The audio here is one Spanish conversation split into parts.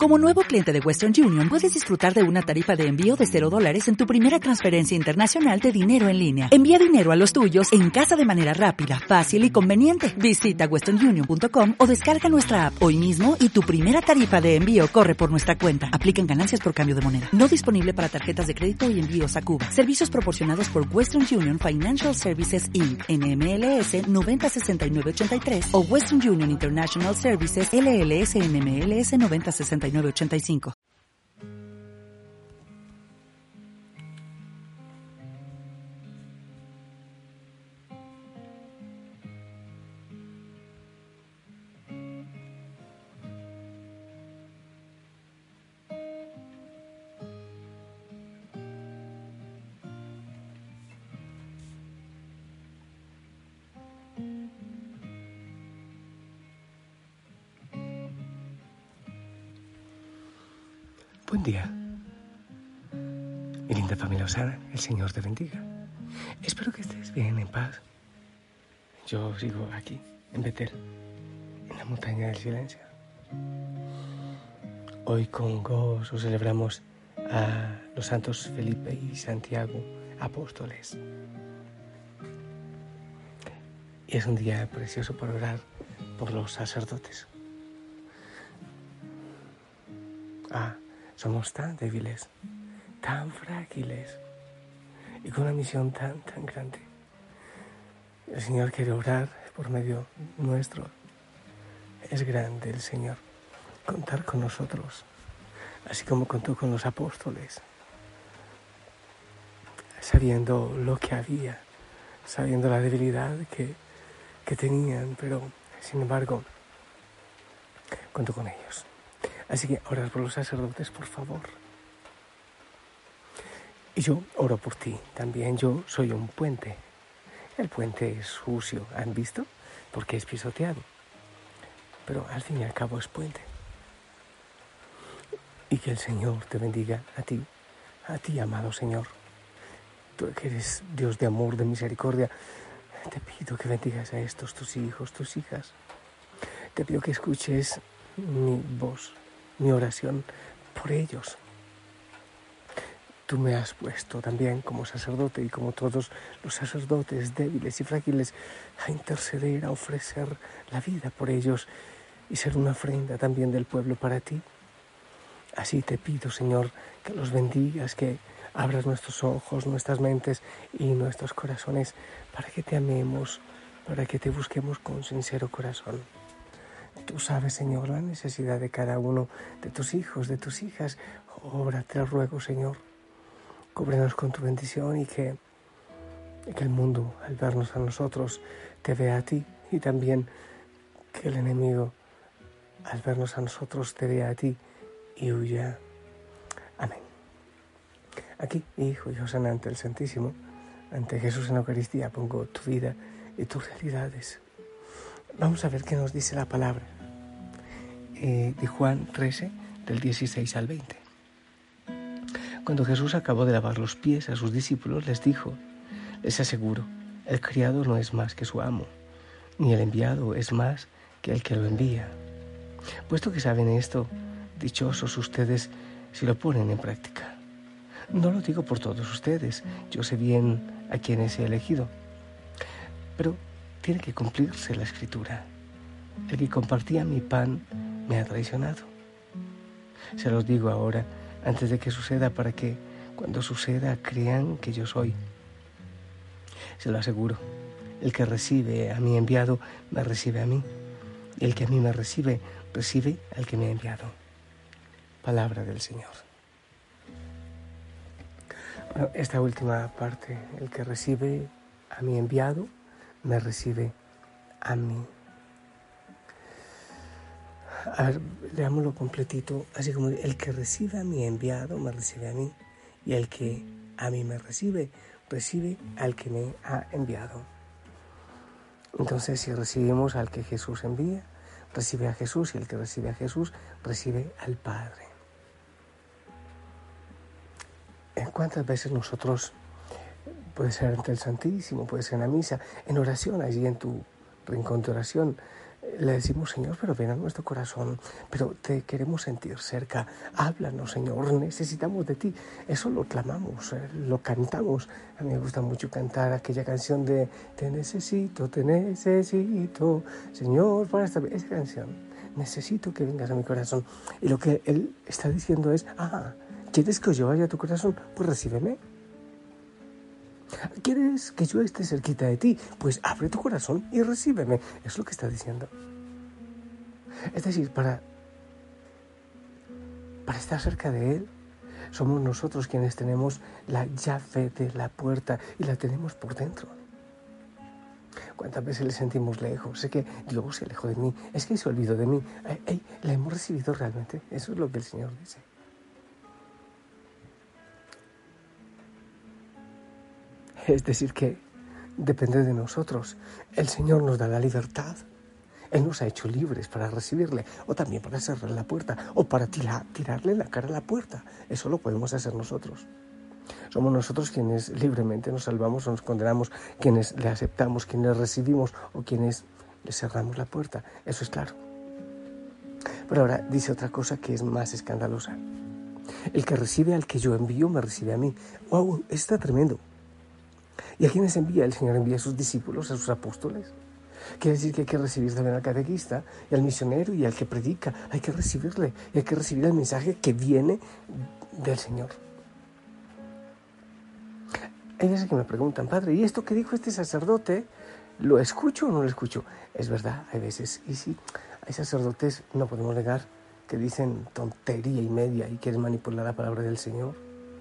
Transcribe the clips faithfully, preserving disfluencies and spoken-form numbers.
Como nuevo cliente de Western Union, puedes disfrutar de una tarifa de envío de cero dólares en tu primera transferencia internacional de dinero en línea. Envía dinero a los tuyos en casa de manera rápida, fácil y conveniente. Visita western union punto com o descarga nuestra app hoy mismo y tu primera tarifa de envío corre por nuestra cuenta. Aplican ganancias por cambio de moneda. No disponible para tarjetas de crédito y envíos a Cuba. Servicios proporcionados por Western Union Financial Services incorporated. N M L S noventa sesenta y nueve ochenta y tres o Western Union International Services L L S N M L S noventa sesenta y nueve ochenta y cinco. Buen día. Mi linda familia Osana, el Señor te bendiga. Espero que estés bien, en paz. Yo sigo aquí, en Betel, en la montaña del silencio. Hoy con gozo celebramos a los santos Felipe y Santiago, apóstoles. Y es un día precioso para orar por los sacerdotes. Ah, somos tan débiles, tan frágiles y con una misión tan, tan grande. El Señor quiere orar por medio nuestro. Es grande el Señor contar con nosotros, así como contó con los apóstoles, sabiendo lo que había, sabiendo la debilidad que, que tenían, pero sin embargo contó con ellos. Así que orar por los sacerdotes, por favor. Y yo oro por ti también. Yo soy un puente. El puente es sucio, ¿han visto? Porque es pisoteado. Pero al fin y al cabo es puente. Y que el Señor te bendiga a ti, a ti, amado Señor. Tú que eres Dios de amor, de misericordia, te pido que bendigas a estos, tus hijos, tus hijas. Te pido que escuches mi voz, mi oración por ellos. Tú me has puesto también como sacerdote y como todos los sacerdotes débiles y frágiles a interceder, a ofrecer la vida por ellos y ser una ofrenda también del pueblo para ti. Así te pido, Señor, que los bendigas, que abras nuestros ojos, nuestras mentes y nuestros corazones para que te amemos, para que te busquemos con sincero corazón. Tú sabes, Señor, la necesidad de cada uno de tus hijos, de tus hijas. Obra, te lo ruego, Señor. Cúbrenos con tu bendición y que, y que el mundo, al vernos a nosotros, te vea a ti. Y también que el enemigo, al vernos a nosotros, te vea a ti y huya. Amén. Aquí, Hijo y Osana, ante el Santísimo, ante Jesús en la Eucaristía, pongo tu vida y tus realidades. Vamos a ver qué nos dice la palabra eh, de Juan trece, del dieciséis al veinte. Cuando Jesús acabó de lavar los pies a sus discípulos, les dijo: les aseguro, el criado no es más que su amo, ni el enviado es más que el que lo envía. Puesto que saben esto, dichosos ustedes si lo ponen en práctica. No lo digo por todos ustedes, yo sé bien a quienes he elegido, pero tiene que cumplirse la Escritura. El que compartía mi pan me ha traicionado. Se los digo ahora, antes de que suceda, para que cuando suceda crean que yo soy. Se lo aseguro, el que recibe a mi enviado me recibe a mí, y el que a mí me recibe, recibe al que me ha enviado. Palabra del Señor. Bueno, esta última parte, el que recibe a mi enviado, me recibe a mí. A ver, leámoslo completito, así como el que recibe a mi enviado me recibe a mí, y el que a mí me recibe, recibe al que me ha enviado. Entonces, si recibimos al que Jesús envía, recibe a Jesús, y el que recibe a Jesús, recibe al Padre. ¿Cuántas veces nosotros, puede ser ante el Santísimo, puede ser en la misa, en oración, allí en tu rincón de oración, Le decimos, Señor, pero ven a nuestro corazón, pero te queremos sentir cerca. Háblanos, Señor, necesitamos de ti. Eso lo clamamos, eh, lo cantamos. A mí me gusta mucho cantar aquella canción de Te necesito, te necesito, Señor, para esta... Esa canción, necesito que vengas a mi corazón. Y lo que Él está diciendo es, ah, ¿quieres que yo vaya a tu corazón? Pues recíbeme. ¿Quieres que yo esté cerquita de ti? Pues abre tu corazón y recíbeme. Es lo que está diciendo. Es decir, para, para estar cerca de Él, somos nosotros quienes tenemos la llave de la puerta y la tenemos por dentro. ¿Cuántas veces le sentimos lejos? Sé que Dios se alejó de mí, es que se olvidó de mí. Ey, ey, ¿la hemos recibido realmente? Eso es lo que el Señor dice. Es decir, que depende de nosotros. El Señor nos da la libertad. Él nos ha hecho libres para recibirle, o también para cerrar la puerta, o para tirar, tirarle la cara a la puerta. Eso lo podemos hacer nosotros. Somos nosotros quienes libremente nos salvamos o nos condenamos, quienes le aceptamos, quienes recibimos o quienes le cerramos la puerta. Eso es claro. Pero ahora dice otra cosa que es más escandalosa. El que recibe al que yo envío, me recibe a mí. ¡Wow! Está tremendo. ¿Y a quiénes envía? El Señor envía a sus discípulos, a sus apóstoles. Quiere decir que hay que recibir también al catequista y al misionero y al que predica. Hay que recibirle y hay que recibir el mensaje que viene del Señor. Hay veces que me preguntan, Padre, ¿y esto que dijo este sacerdote, lo escucho o no lo escucho? Es verdad, hay veces. Y sí, hay sacerdotes, no podemos negar, que dicen tontería y media y quieren manipular la palabra del Señor.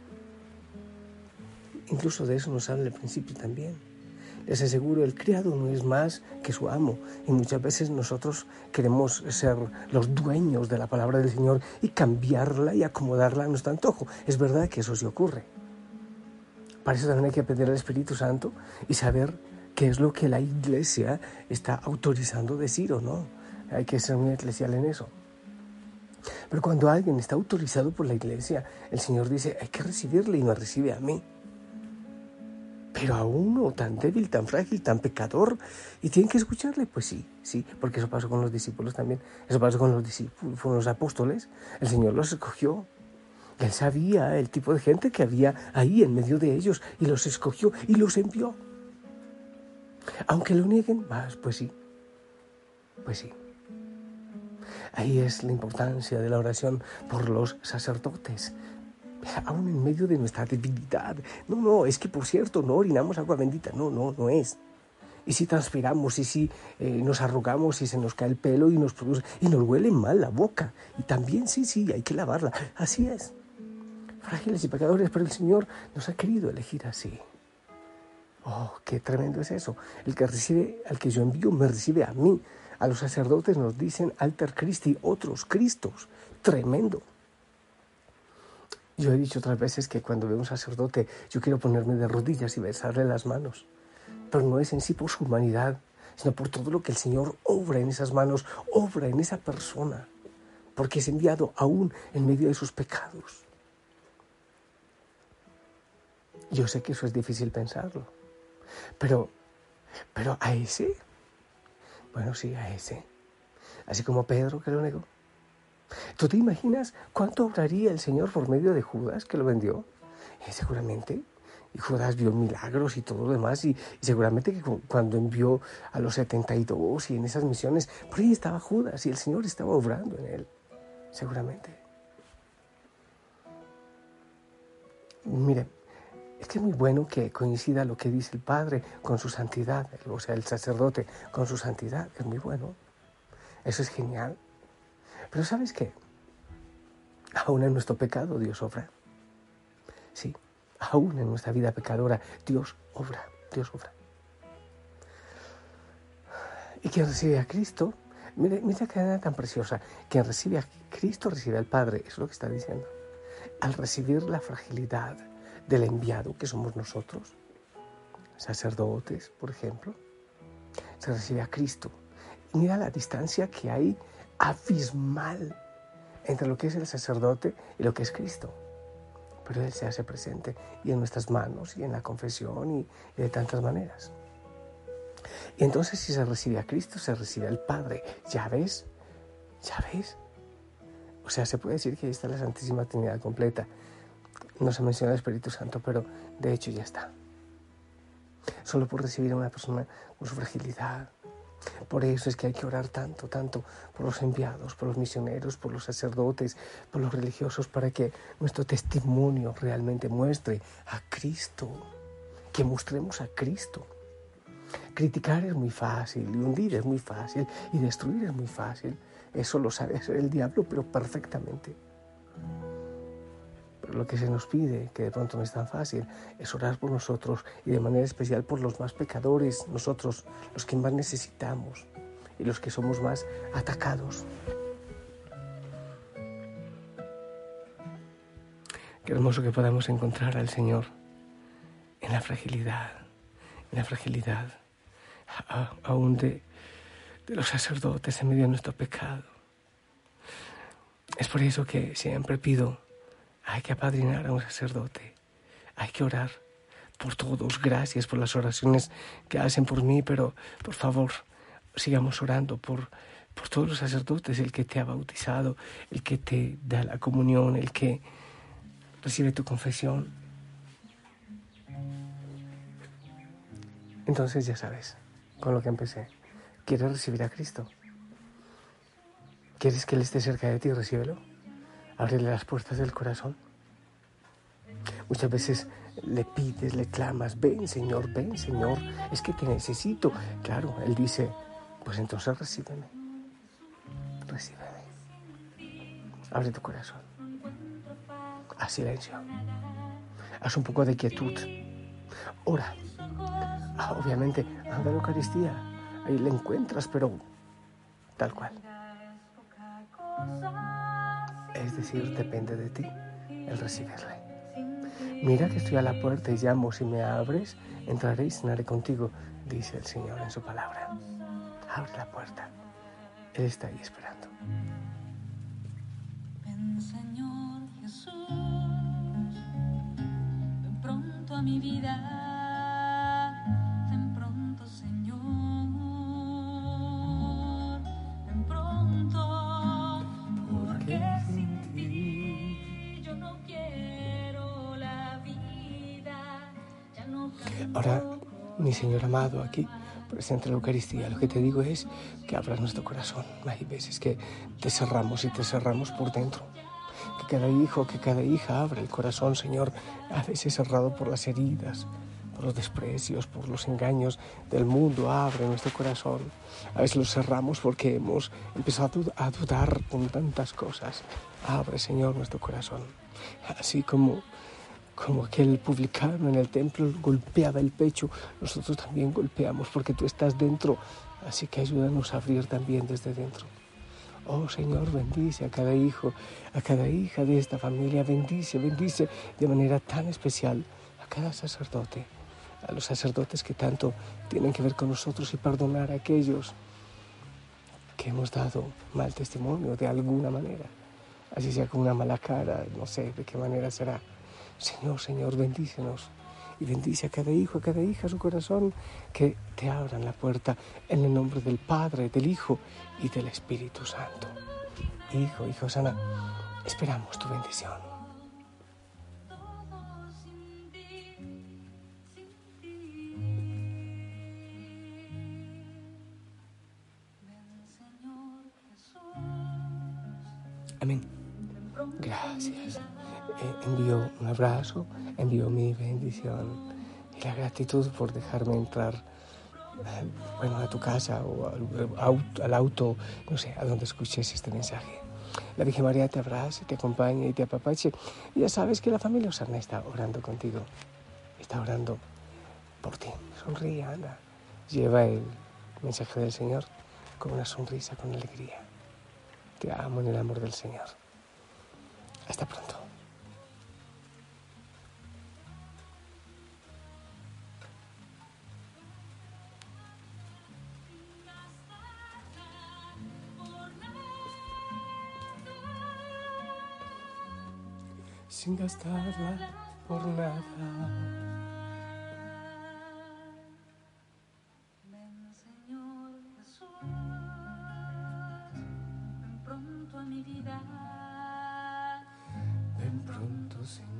Incluso de eso nos habla el principio también. Les aseguro, el criado no es más que su amo. Y muchas veces nosotros queremos ser los dueños de la palabra del Señor y cambiarla y acomodarla a nuestro antojo. Es verdad que eso sí ocurre. Para eso también hay que aprender al Espíritu Santo y saber qué es lo que la Iglesia está autorizando decir o no. Hay que ser muy eclesial en eso. Pero cuando alguien está autorizado por la Iglesia, el Señor dice, hay que recibirle y me recibe a mí. Pero a uno tan débil, tan frágil, tan pecador, y tienen que escucharle, pues sí, sí, porque eso pasó con los discípulos también, eso pasó con los discípulos, con los apóstoles. El Señor los escogió, Él sabía el tipo de gente que había ahí en medio de ellos, y los escogió y los envió. Aunque lo nieguen, pues sí, pues sí. Ahí es la importancia de la oración por los sacerdotes, aún en medio de nuestra debilidad. No, no, es que por cierto, no orinamos agua bendita. No, no, no es. Y si transpiramos, y si eh, nos arrugamos, y se nos cae el pelo, y nos produce, y nos huele mal la boca. Y también, sí, sí, hay que lavarla. Así es. Frágiles y pecadores, pero el Señor nos ha querido elegir así. Oh, qué tremendo es eso. El que recibe, al que yo envío, me recibe a mí. A los sacerdotes nos dicen alter Christi, otros Cristos. Tremendo. Yo he dicho otras veces que cuando veo un sacerdote yo quiero ponerme de rodillas y besarle las manos, pero no es en sí por su humanidad, sino por todo lo que el Señor obra en esas manos, obra en esa persona, porque es enviado aún en medio de sus pecados. Yo sé que eso es difícil pensarlo, pero, pero a ese, bueno sí, a ese, así como Pedro que lo negó. ¿Tú te imaginas cuánto obraría el Señor por medio de Judas que lo vendió? Eh, seguramente. Y Judas vio milagros y todo lo demás. Y, y seguramente que cuando envió a los setenta y dos y en esas misiones, por ahí estaba Judas y el Señor estaba obrando en él. Seguramente. Miren, es que es muy bueno que coincida lo que dice el Padre con su santidad. O sea, el sacerdote con su santidad. Es muy bueno. Eso es genial. Pero ¿sabes qué? Aún en nuestro pecado Dios obra. Sí, aún en nuestra vida pecadora Dios obra, Dios obra. Y quien recibe a Cristo, mira, mira qué manera tan preciosa. Quien recibe a Cristo recibe al Padre, eso es lo que está diciendo. Al recibir la fragilidad del enviado que somos nosotros, sacerdotes, por ejemplo, se recibe a Cristo. Y mira la distancia que hay abismal entre lo que es el sacerdote y lo que es Cristo. Pero Él se hace presente y en nuestras manos y en la confesión y, y de tantas maneras. Y entonces si se recibe a Cristo, se recibe al Padre. ¿Ya ves? ¿Ya ves? O sea, se puede decir que ahí está la Santísima Trinidad completa. No se menciona el Espíritu Santo, pero de hecho ya está. Solo por recibir a una persona con su fragilidad. Por eso es que hay que orar tanto, tanto por los enviados, por los misioneros, por los sacerdotes, por los religiosos, para que nuestro testimonio realmente muestre a Cristo, que mostremos a Cristo. Criticar es muy fácil, y hundir es muy fácil, y destruir es muy fácil. Eso lo sabe hacer el diablo, pero perfectamente. Pero lo que se nos pide, que de pronto no es tan fácil, es orar por nosotros y de manera especial por los más pecadores, nosotros, los que más necesitamos y los que somos más atacados. Qué hermoso que podamos encontrar al Señor en la fragilidad, en la fragilidad a, aún de, de los sacerdotes en medio de nuestro pecado. Es por eso que siempre pido, hay que apadrinar a un sacerdote, hay que orar por todos. Gracias por las oraciones que hacen por mí, pero por favor, sigamos orando por, por todos los sacerdotes, el que te ha bautizado, el que te da la comunión, el que recibe tu confesión. Entonces ya sabes, con lo que empecé, ¿quieres recibir a Cristo? ¿Quieres que Él esté cerca de ti? Recíbelo. Ábrele las puertas del corazón. Muchas veces le pides, le clamas, ven Señor, ven Señor, es que te necesito. Claro, Él dice, pues entonces recíbeme, recíbeme. Abre tu corazón, haz silencio, haz un poco de quietud, ora. Ah, obviamente, anda a la Eucaristía, ahí le encuentras, pero tal cual. Es decir, depende de ti el recibirle. Mira que estoy a la puerta y llamo, si me abres, entraré y cenaré contigo, dice el Señor en su palabra. Abre la puerta, Él está ahí esperando. Ven, Señor Jesús, ven pronto a mi vida, ven pronto, Señor, ven pronto, porque sin ti yo no quiero la vida, ya no canto. Ahora, mi Señor amado, aquí presente en la Eucaristía, lo que te digo es que abras nuestro corazón. Hay veces que te cerramos y te cerramos por dentro. Que cada hijo, que cada hija abra el corazón, Señor, a veces cerrado por las heridas, por los desprecios, por los engaños del mundo. Abre nuestro corazón. A veces lo cerramos porque hemos empezado a dudar con tantas cosas. Abre, Señor, nuestro corazón. Así como... Como aquel publicano en el templo golpeaba el pecho, nosotros también golpeamos porque tú estás dentro. Así que ayúdanos a abrir también desde dentro. Oh Señor, bendice a cada hijo, a cada hija de esta familia. Bendice, bendice de manera tan especial a cada sacerdote, a los sacerdotes que tanto tienen que ver con nosotros y perdonar a aquellos que hemos dado mal testimonio de alguna manera. Así sea con una mala cara, no sé de qué manera será. Señor, Señor, bendícenos y bendice a cada hijo, a cada hija, su corazón, que te abran la puerta en el nombre del Padre, del Hijo y del Espíritu Santo. Hijo, hija Osana, esperamos tu bendición. Amén. Gracias. Eh, envío un abrazo, envío mi bendición y la gratitud por dejarme entrar eh, bueno, a tu casa o al, auto, al auto, no sé, a donde escuches este mensaje. La Virgen María te abrace, te acompaña y te apapache. Y ya sabes que la familia Osana está orando contigo, está orando por ti. Sonríe, anda. Lleva el mensaje del Señor con una sonrisa, con alegría. Te amo en el amor del Señor. Hasta pronto. Sin gastarla por nada. santo Señor.